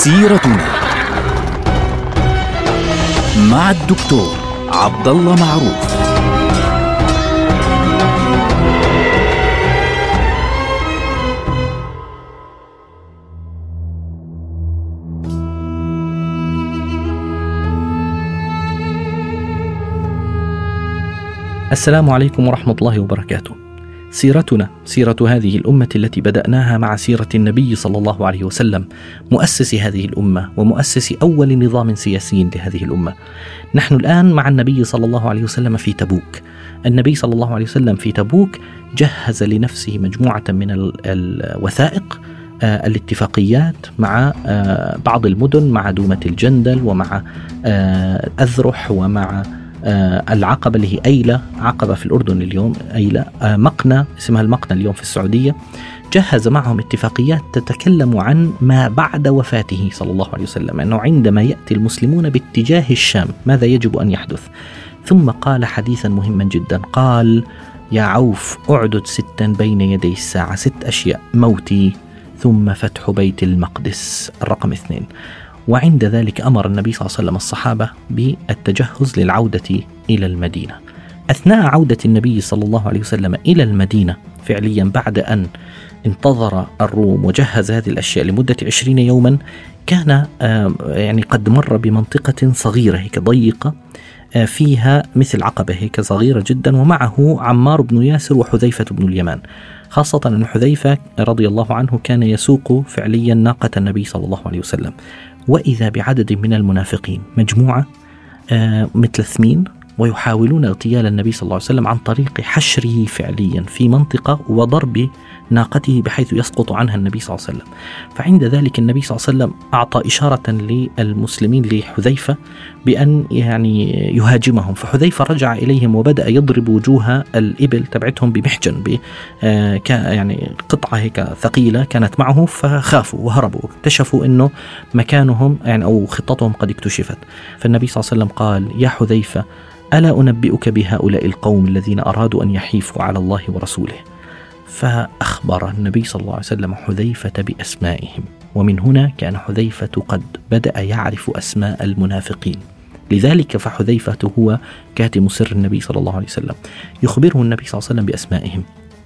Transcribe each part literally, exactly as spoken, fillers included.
سيرتنا مع الدكتور عبد الله معروف. السلام عليكم ورحمة الله وبركاته. سيرتنا سيرة هذه الأمة التي بدأناها مع سيرة النبي صلى الله عليه وسلم، مؤسس هذه الأمة ومؤسس أول نظام سياسي لهذه الأمة. نحن الآن مع النبي صلى الله عليه وسلم في تبوك. النبي صلى الله عليه وسلم في تبوك جهز لنفسه مجموعة من الوثائق، آه الاتفاقيات مع آه بعض المدن، مع دومة الجندل ومع آه أذرح ومع آه العقبة اللي هي أيلة، عقبة في الأردن اليوم، أيلة آه مقنى اسمها المقنى اليوم في السعودية. جهز معهم اتفاقيات تتكلم عن ما بعد وفاته صلى الله عليه وسلم، أنه عندما يأتي المسلمون باتجاه الشام ماذا يجب أن يحدث. ثم قال حديثا مهما جدا، قال: يا عوف أعدد ستا بين يدي الساعة، ست أشياء: موتي ثم فتح بيت المقدس الرقم اثنين. وعند ذلك أمر النبي صلى الله عليه وسلم الصحابة بالتجهز للعودة إلى المدينة. أثناء عودة النبي صلى الله عليه وسلم إلى المدينة فعليا بعد أن انتظر الروم وجهز هذه الأشياء لمدة عشرين يوما، كان يعني قد مر بمنطقة صغيرة هيك ضيقة فيها مثل عقبة هيك صغيرة جدا، ومعه عمار بن ياسر وحذيفة بن اليمان، خاصة أن حذيفة رضي الله عنه كان يسوق فعليا ناقة النبي صلى الله عليه وسلم. وإذا بعدد من المنافقين، مجموعة آه مثل ثمين، ويحاولون اغتيال النبي صلى الله عليه وسلم عن طريق حشره فعليا في منطقة وضرب ناقته بحيث يسقط عنها النبي صلى الله عليه وسلم. فعند ذلك النبي صلى الله عليه وسلم أعطى إشارة للمسلمين لحذيفة بأن يعني يهاجمهم، فحذيفة رجع إليهم وبدأ يضرب وجوه الإبل تبعتهم بمحجن، ب آه يعني قطعة هيك ثقيلة كانت معه، فخافوا وهربوا، اكتشفوا أنه مكانهم يعني أو خطتهم قد اكتشفت. فالنبي صلى الله عليه وسلم قال: يا حذيفة، ألا أنبئك بهؤلاء القوم الذين أرادوا أن يحيفوا على الله ورسوله؟ فأخبر النبي صلى الله عليه وسلم حذيفة بأسمائهم، ومن هنا كان حذيفة قد بدأ يعرف أسماء المنافقين، لذلك فحذيفة هو كاتم سر النبي صلى الله عليه وسلم، يخبره النبي صلى الله عليه وسلم بأسمائهم.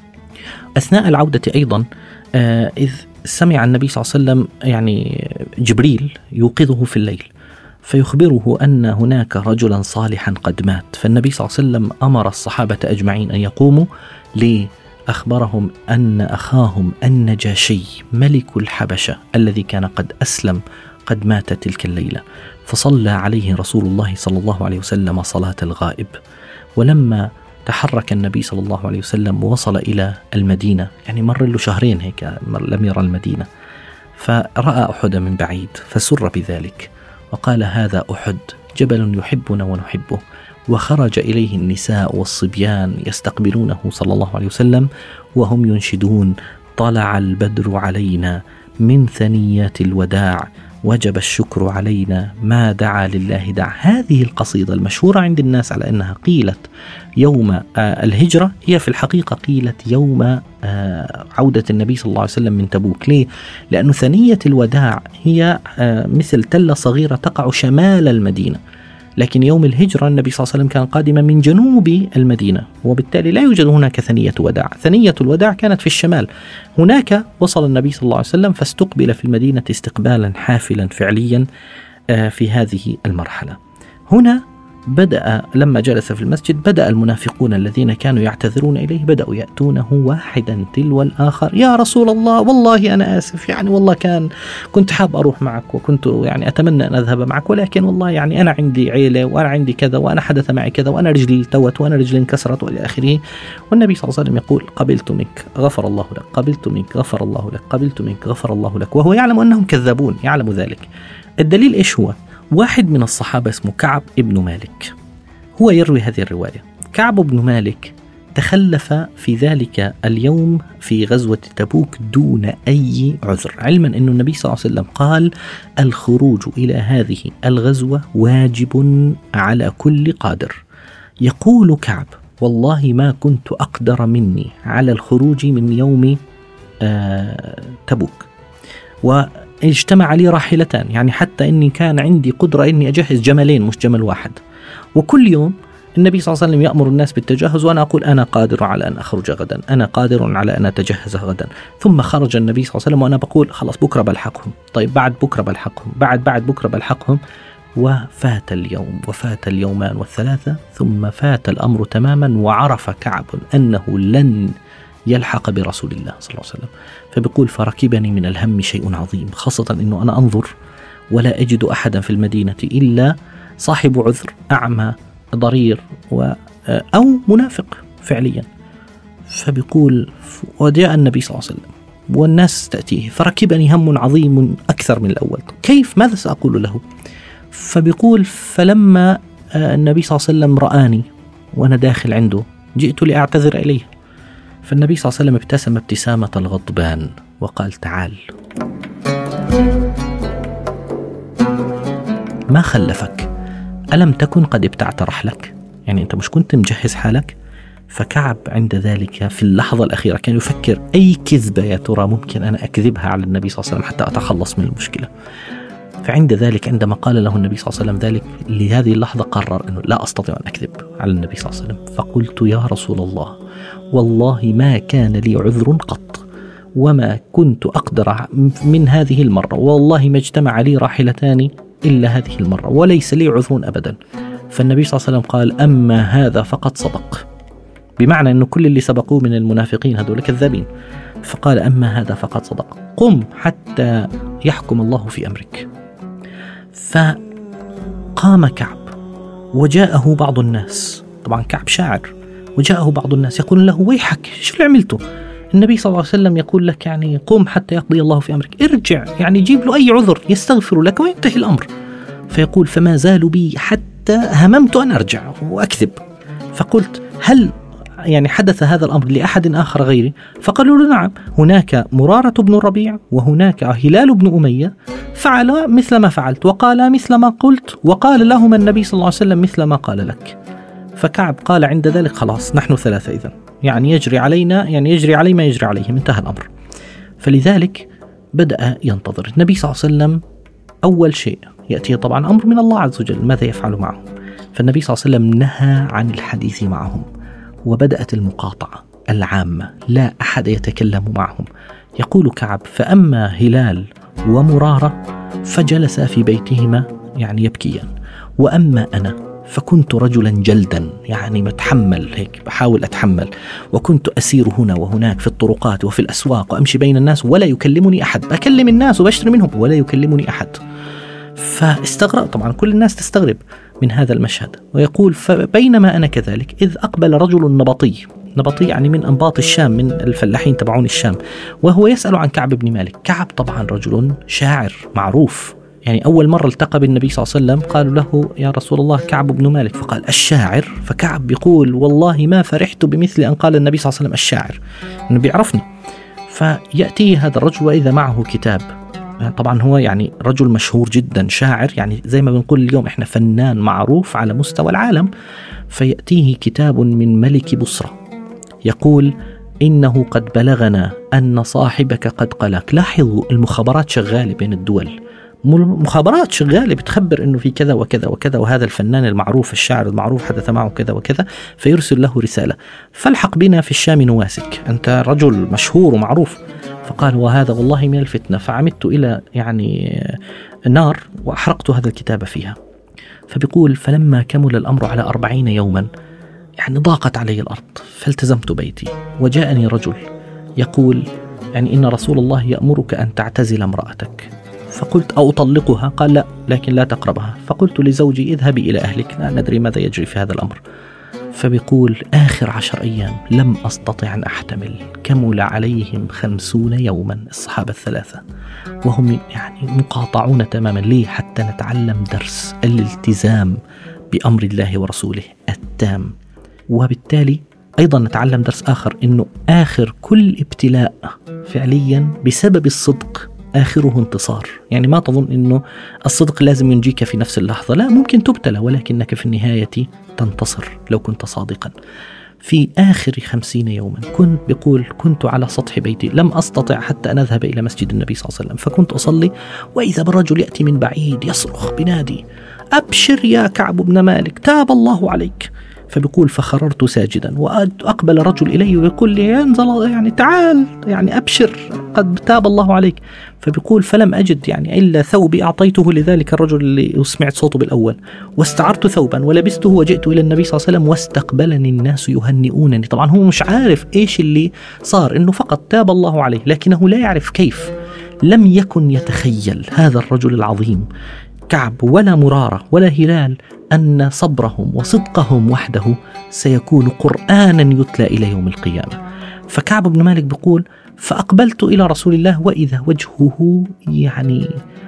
أثناء العودة أيضا آه إذ سمع النبي صلى الله عليه وسلم يعني جبريل يوقظه في الليل فيخبره أن هناك رجلا صالحا قد مات، فالنبي صلى الله عليه وسلم أمر الصحابة أجمعين أن يقوموا ليه أخبرهم أن أخاهم النجاشي ملك الحبشة الذي كان قد أسلم قد مات تلك الليلة، فصلى عليه رسول الله صلى الله عليه وسلم صلاة الغائب. ولما تحرك النبي صلى الله عليه وسلم ووصل إلى المدينة، يعني مر له شهرين هيك لم يرى المدينة، فرأى أحد من بعيد فسر بذلك وقال: هذا أحد جبل يحبنا ونحبه. وخرج إليه النساء والصبيان يستقبلونه صلى الله عليه وسلم وهم ينشدون: طلع البدر علينا من ثنيات الوداع، وجب الشكر علينا، ما دعا لله دع. هذه القصيدة المشهورة عند الناس على أنها قيلت يوم الهجرة، هي في الحقيقة قيلت يوم عودة النبي صلى الله عليه وسلم من تبوك. ليه؟ لأن ثنية الوداع هي مثل تلة صغيرة تقع شمال المدينة، لكن يوم الهجرة النبي صلى الله عليه وسلم كان قادما من جنوب المدينة، وبالتالي لا يوجد هناك ثنية وداع. ثنية الوداع كانت في الشمال. هناك وصل النبي صلى الله عليه وسلم فاستقبل في المدينة استقبالا حافلا فعليا في هذه المرحلة. هنا بدأ لما جلس في المسجد بدأ المنافقون الذين كانوا يعتذرون إليه بدأوا يأتونه واحدا تلو الآخر: يا رسول الله، والله أنا آسف، يعني والله كان كنت حاب أروح معك، وكنت يعني أتمنى أن أذهب معك، ولكن والله يعني أنا عندي عيلة وأنا عندي كذا وأنا حدث معي كذا وأنا رجلي التوت وأنا رجلي انكسرت وإلى آخره. والنبي صلى الله عليه وسلم يقول: قبلت منك غفر الله لك، قبلت منك غفر الله لك، قبلت منك غفر الله لك، وهو يعلم أنهم كذابون، يعلم ذلك. الدليل إيش هو؟ واحد من الصحابة اسمه كعب ابن مالك هو يروي هذه الرواية. كعب بن مالك تخلف في ذلك اليوم في غزوة تبوك دون أي عذر، علما أن النبي صلى الله عليه وسلم قال: الخروج إلى هذه الغزوة واجب على كل قادر. يقول كعب: والله ما كنت أقدر مني على الخروج من يوم آه تبوك. اجتمع لي راحلتان، يعني حتى إني كان عندي قدرة إني أجهز جملين مش جمل واحد. وكل يوم النبي صلى الله عليه وسلم يأمر الناس بالتجهز، وأنا أقول أنا قادر على أن أخرج غدا، أنا قادر على أن أتجهز غدا. ثم خرج النبي صلى الله عليه وسلم وأنا بقول خلاص بكرة بلحقهم، طيب بعد بكرة بلحقهم، بعد بعد بكرة بلحقهم. وفات اليوم وفات اليومان والثلاثة، ثم فات الأمر تماما، وعرف كعب أنه لن يلحق برسول الله صلى الله عليه وسلم. فبيقول فركبني من الهم شيء عظيم، خاصة أنه أنا أنظر ولا أجد أحدا في المدينة إلا صاحب عذر، أعمى ضرير و أو منافق فعليا. فبيقول وجاء النبي صلى الله عليه وسلم والناس تأتيه، فركبني هم عظيم أكثر من الأول، كيف ماذا سأقول له؟ فبيقول فلما النبي صلى الله عليه وسلم رآني وأنا داخل عنده جئت لأعتذر إليه، فالنبي صلى الله عليه وسلم ابتسم ابتسامة الغضبان وقال تعال، ما خلفك؟ ألم تكن قد ابتعت رحلك؟ يعني أنت مش كنت مجهز حالك؟ فكعب عند ذلك في اللحظة الأخيرة كان يفكر أي كذبة يا ترى ممكن أنا أكذبها على النبي صلى الله عليه وسلم حتى أتخلص من المشكلة. فعند ذلك عندما قال له النبي صلى الله عليه وسلم ذلك لهذه اللحظة قرر أنه لا أستطيع أن أكذب على النبي صلى الله عليه وسلم. فقلت يا رسول الله والله ما كان لي عذر قط، وما كنت أقدر من هذه المرة، والله ما اجتمع لي راحلتان إلا هذه المرة، وليس لي عذر أبدا. فالنبي صلى الله عليه وسلم قال أما هذا فقد صدق، بمعنى أنه كل اللي سبقوه من المنافقين هذول كذابين. فقال أما هذا فقد صدق، قم حتى يحكم الله في أمرك. فقام كعب وجاءه بعض الناس، طبعا كعب شاعر، وجاءه بعض الناس يقول له ويحك شو اللي عملته؟ النبي صلى الله عليه وسلم يقول لك يعني قم حتى يقضي الله في أمرك، ارجع، يعني جيب له أي عذر يستغفر لك وينتهي الأمر. فيقول فما زالوا بي حتى هممت أن أرجع وأكذب. فقلت هل يعني حدث هذا الأمر لأحد آخر غيري؟ فقالوا له نعم، هناك مرارة بن الربيع وهناك هلال بن أمية فعل مثل ما فعلت وقال مثل ما قلت، وقال لهم النبي صلى الله عليه وسلم مثل ما قال لك. فكعب قال عند ذلك خلاص نحن ثلاثة إذن، يعني يجري علينا، يعني يجري علي ما يجري عليهم، انتهى الأمر. فلذلك بدأ ينتظر النبي صلى الله عليه وسلم. أول شيء يأتي طبعا أمر من الله عز وجل ماذا يفعل معهم، فالنبي صلى الله عليه وسلم نهى عن الحديث معهم، وبدأت المقاطعة العامة، لا أحد يتكلم معهم. يقول كعب فأما هلال ومرارة فجلسا في بيتهما يعني يبكيان، وأما أنا فكنت رجلا جلدا، يعني متحمل هيك بحاول أتحمل، وكنت أسير هنا وهناك في الطرقات وفي الأسواق وأمشي بين الناس ولا يكلمني أحد، بكلم الناس وبشتري منهم ولا يكلمني أحد. فاستغرب، طبعا كل الناس تستغرب من هذا المشهد. ويقول فبينما أنا كذلك إذ أقبل رجل نبطي، نبطي يعني من أنباط الشام، من الفلاحين تبعون الشام، وهو يسأل عن كعب بن مالك. كعب طبعا رجل شاعر معروف، يعني أول مرة التقى بالنبي صلى الله عليه وسلم قالوا له يا رسول الله كعب بن مالك، فقال الشاعر. فكعب يقول والله ما فرحت بمثل أن قال النبي صلى الله عليه وسلم الشاعر، إنه بيعرفني. فيأتي هذا الرجل وإذا معه كتاب، طبعا هو يعني رجل مشهور جدا شاعر، يعني زي ما بنقول اليوم إحنا فنان معروف على مستوى العالم. فيأتيه كتاب من ملك بصرة يقول إنه قد بلغنا أن صاحبك قد قلق. لاحظوا المخابرات شغالة بين الدول، مخابرات شغالة بتخبر إنه في كذا وكذا وكذا، وهذا الفنان المعروف الشاعر المعروف حدث معه كذا وكذا، فيرسل له رسالة فالحق بنا في الشام نواسك، أنت رجل مشهور ومعروف. فقال وهذا والله من الفتنة، فعمدت إلى يعني نار وأحرقت هذا الكتاب فيها. فبيقول فلما كمل الأمر على أربعين يوما يعني ضاقت علي الأرض، فالتزمت بيتي وجاءني رجل يقول يعني إن رسول الله يأمرك أن تعتزل امرأتك. فقلت أو أطلقها؟ قال لا، لكن لا تقربها. فقلت لزوجي اذهبي إلى أهلك، لا ندري ماذا يجري في هذا الأمر. فبيقول آخر عشر أيام لم أستطع أن أحتمل، كمل عليهم خمسون يوما الصحابة الثلاثة، وهم يعني مقاطعون تماما. ليه؟ حتى نتعلم درس الالتزام بأمر الله ورسوله التام. وبالتالي أيضا نتعلم درس آخر، إنه آخر كل ابتلاء فعليا بسبب الصدق آخره انتصار. يعني ما تظن إنه الصدق لازم ينجيك في نفس اللحظة، لا، ممكن تبتلى ولكنك في النهاية تنتصر لو كنت صادقا. في آخر خمسين يوما كنت بيقول كنت على سطح بيتي لم أستطع حتى أن أذهب إلى مسجد النبي صلى الله عليه وسلم، فكنت أصلي وإذا بالرجل يأتي من بعيد يصرخ بنادي: أبشر يا كعب بن مالك، تاب الله عليك. فبيقول فخررت ساجدا وأقبل رجل إلي ويقول لي: ينزل يعني تعال يعني أبشر قد تاب الله عليك. فبيقول فلم أجد يعني إلا ثوبي أعطيته لذلك الرجل اللي سمعت صوته بالأول، واستعرت ثوبا ولبسته وجئت إلى النبي صلى الله عليه وسلم واستقبلني الناس يهنئونني. طبعا هو مش عارف إيش اللي صار، إنه فقط تاب الله عليه، لكنه لا يعرف كيف. لم يكن يتخيل هذا الرجل العظيم كعب ولا مرارة ولا هلال أن صبرهم وصدقهم وحده سيكون قرآنا يتلى إلى يوم القيامة. فكعب بن مالك بيقول فأقبلت إلى رسول الله وإذا وجهه يعني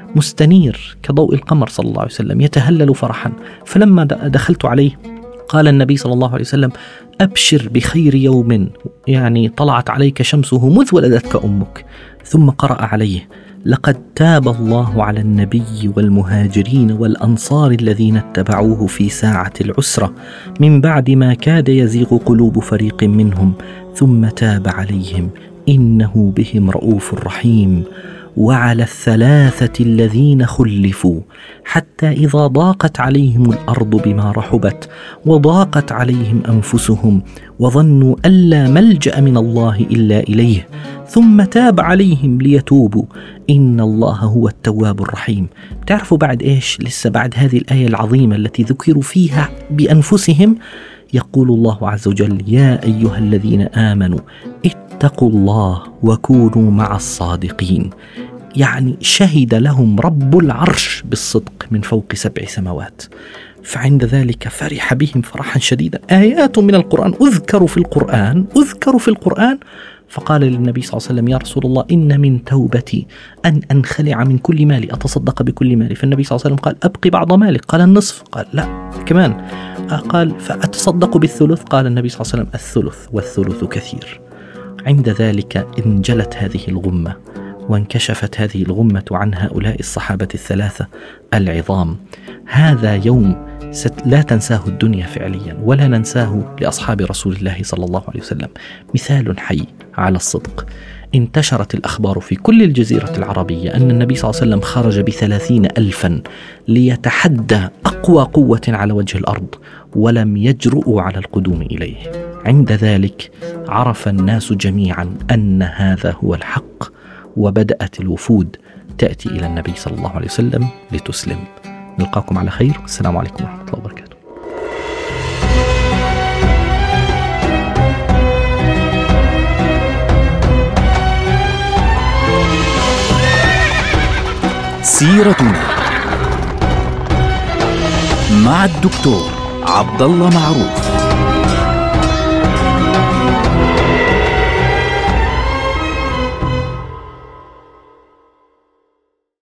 مستنير كضوء القمر صلى الله عليه وسلم يتهلل فرحا. فلما دخلت عليه قال النبي صلى الله عليه وسلم: أبشر بخير يوم يعني طلعت عليك شمسه مذ ولدتك أمك. ثم قرأ عليه: لقد تاب الله على النبي والمهاجرين والأنصار الذين اتبعوه في ساعة العسرة من بعد ما كاد يزيغ قلوب فريق منهم ثم تاب عليهم إنه بهم رؤوف رحيم. وعلى الثلاثة الذين خلفوا حتى إذا ضاقت عليهم الأرض بما رحبت وضاقت عليهم أنفسهم وظنوا ألا ملجأ من الله إلا إليه ثم تاب عليهم ليتوبوا إن الله هو التواب الرحيم. تعرفوا بعد إيش؟ لسه بعد هذه الآية العظيمة التي ذكروا فيها بأنفسهم يقول الله عز وجل: يا أيها الذين آمنوا اتقوا الله وكونوا مع الصادقين. يعني شهد لهم رب العرش بالصدق من فوق سبع سماوات، فعند ذلك فرح بهم فرحا شديدا. آيات من القرآن أذكروا في القرآن أذكروا في القرآن فقال للنبي صلى الله عليه وسلم: يا رسول الله إن من توبتي أن أنخلع من كل مالي، أتصدق بكل مالي. فالنبي صلى الله عليه وسلم قال: أبقي بعض مالك. قال: النصف. قال: لا كمان. قال: فأتصدق بالثلث. قال النبي صلى الله عليه وسلم: الثلث والثلث كثير. عند ذلك انجلت هذه الغمة وانكشفت هذه الغمة عن هؤلاء الصحابة الثلاثة العظام. هذا يوم لا تنساه الدنيا فعليا ولا ننساه لأصحاب رسول الله صلى الله عليه وسلم. مثال حي على الصدق. انتشرت الأخبار في كل الجزيرة العربية أن النبي صلى الله عليه وسلم خرج بثلاثين ألفا ليتحدى أقوى قوة على وجه الأرض ولم يجرؤوا على القدوم إليه. عند ذلك عرف الناس جميعا أن هذا هو الحق، وبدأت الوفود تأتي إلى النبي صلى الله عليه وسلم لتسلم. نلقاكم على خير، السلام عليكم ورحمة الله وبركاته. سيرتنا مع الدكتور عبد الله معروف.